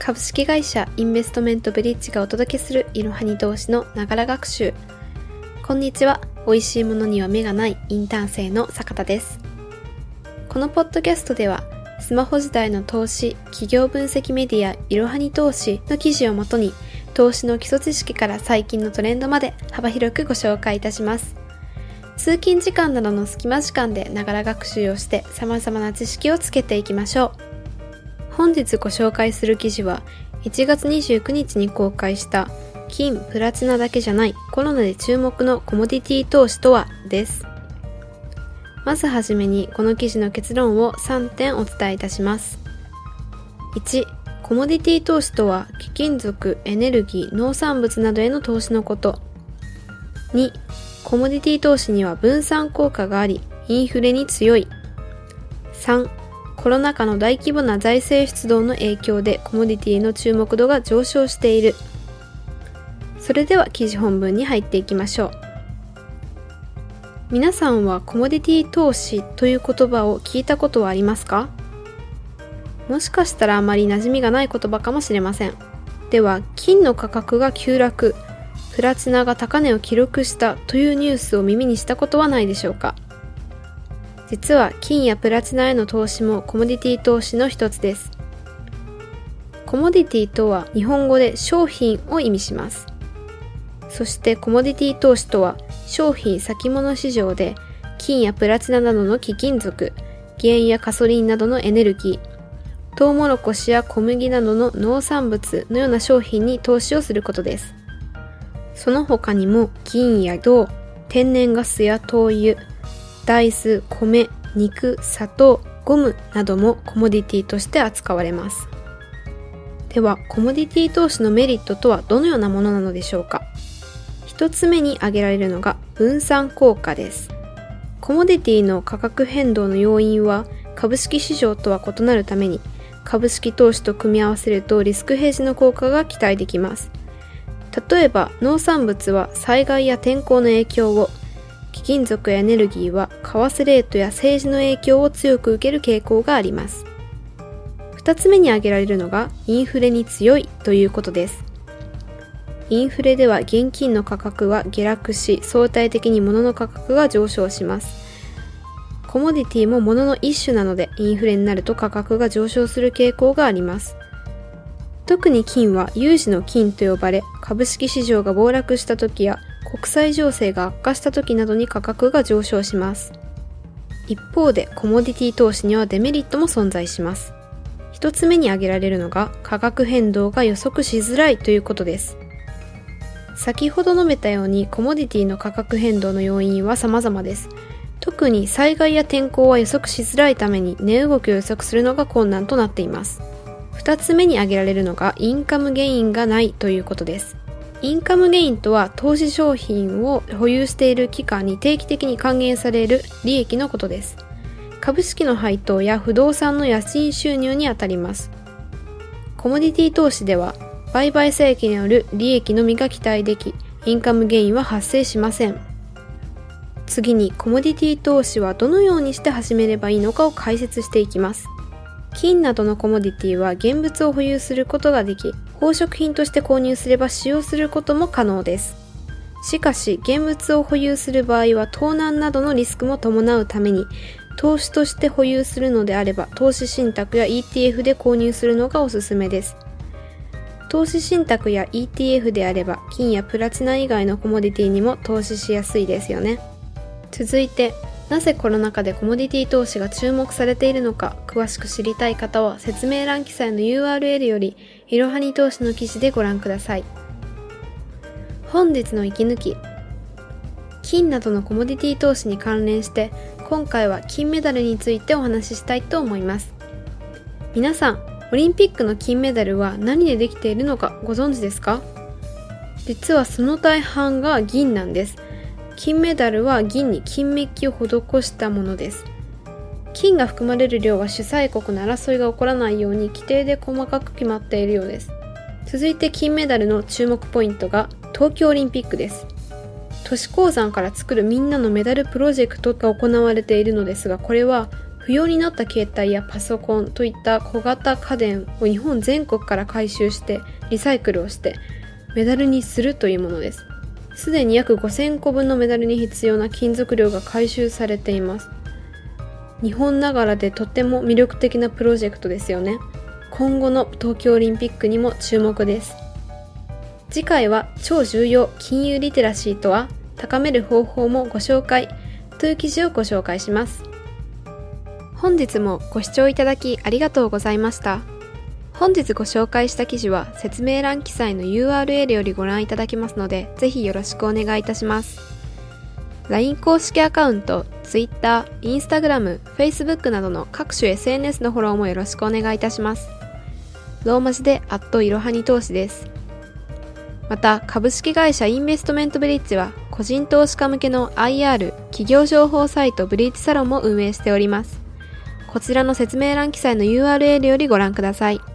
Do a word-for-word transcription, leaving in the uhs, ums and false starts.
株式会社インベストメントブリッジがお届けするいろはに投資のながら学習。こんにちは。美味しいものには目がないインターン生の坂田です。このポッドキャストではスマホ時代の投資、企業分析メディアいろはに投資の記事をもとに投資の基礎知識から最近のトレンドまで幅広くご紹介いたします。通勤時間などの隙間時間でながら学習をして様々な知識をつけていきましょう。本日ご紹介する記事はいちがつにじゅうくにちに公開した金・プラチナだけじゃないコロナで注目のコモディティ投資とはです。まずはじめにこの記事の結論をさんてんお伝えいたします。いち. コモディティ投資とは貴金属、エネルギー、農産物などへの投資のこと。に. コモディティ投資には分散効果があり、インフレに強い。さん. コロナ禍の大規模な財政出動の影響でコモディティの注目度が上昇している。それでは記事本文に入っていきましょう。皆さんはコモディティ投資という言葉を聞いたことはありますか？もしかしたらあまり馴染みがない言葉かもしれません。では、金の価格が急落、プラチナが高値を記録したというニュースを耳にしたことはないでしょうか？実は金やプラチナへの投資もコモディティ投資の一つです。コモディティとは日本語で商品を意味します。そしてコモディティ投資とは商品先物市場で金やプラチナなどの貴金属、原油やガソリンなどのエネルギー、トウモロコシや小麦などの農産物のような商品に投資をすることです。その他にも銀や銅、天然ガスや灯油、大豆、米、肉、砂糖、ゴムなどもコモディティとして扱われます。では、コモディティ投資のメリットとはどのようなものなのでしょうか？一つ目に挙げられるのが分散効果です。コモディティの価格変動の要因は株式市場とは異なるために、株式投資と組み合わせるとリスクヘッジの効果が期待できます。例えば農産物は災害や天候の影響を、貴金属やエネルギーは為替レートや政治の影響を強く受ける傾向があります。二つ目に挙げられるのがインフレに強いということです。インフレでは現金の価格は下落し、相対的に物の価格が上昇します。コモディティも物の一種なので、インフレになると価格が上昇する傾向があります。特に金は有事の金と呼ばれ、株式市場が暴落した時や国際情勢が悪化した時などに価格が上昇します。一方でコモディティ投資にはデメリットも存在します。一つ目に挙げられるのが価格変動が予測しづらいということです。先ほど述べたようにコモディティの価格変動の要因は様々です。特に災害や天候は予測しづらいために値動きを予測するのが困難となっています。二つ目に挙げられるのがインカムゲインがないということです。インカムゲインとは投資商品を保有している期間に定期的に還元される利益のことです。株式の配当や不動産の家賃収入にあたります。コモディティ投資では売買差益による利益のみが期待でき、インカムゲインは発生しません。次にコモディティ投資はどのようにして始めればいいのかを解説していきます。金などのコモディティは現物を保有することができ、宝飾品として購入すれば使用することも可能です。しかし、現物を保有する場合は盗難などのリスクも伴うために、投資として保有するのであれば、投資信託や イーティーエフ で購入するのがおすすめです。投資信託や イーティーエフ であれば、金やプラチナ以外のコモディティにも投資しやすいですよね。続いて、なぜコロナ禍でコモディティ投資が注目されているのか、詳しく知りたい方は説明欄記載の ユーアールエル よりいろはに投資の記事でご覧ください。本日の息抜き。金などのコモディティ投資に関連して、今回は金メダルについてお話ししたいと思います。皆さん、オリンピックの金メダルは何でできているのかご存知ですか？実はその大半が銀なんです。金メダルは銀に金メッキを施したものです。金が含まれる量は主催国の争いが起こらないように規定で細かく決まっているようです。続いて金メダルの注目ポイントが東京オリンピックです。都市鉱山から作るみんなのメダルプロジェクトが行われているのですが、これは不要になった携帯やパソコンといった小型家電を日本全国から回収してリサイクルをしてメダルにするというものです。すでに約ごせんこぶんのメダルに必要な金属量が回収されています。日本ながらでとても魅力的なプロジェクトですよね。今後の東京オリンピックにも注目です。次回は超重要金融リテラシーとは高める方法もご紹介という記事をご紹介します。本日もご視聴いただきありがとうございました。本日ご紹介した記事は説明欄記載の ユーアールエル よりご覧いただけますので、ぜひよろしくお願いいたします。ライン 公式アカウント、Twitter、Instagram、Facebook などの各種 エスエヌエス のフォローもよろしくお願いいたします。ローマ字でアットいろはに投資です。また、株式会社インベストメントブリッジは個人投資家向けの アイアール 企業情報サイトブリッジサロンも運営しております。こちらの説明欄記載の ユーアールエル よりご覧ください。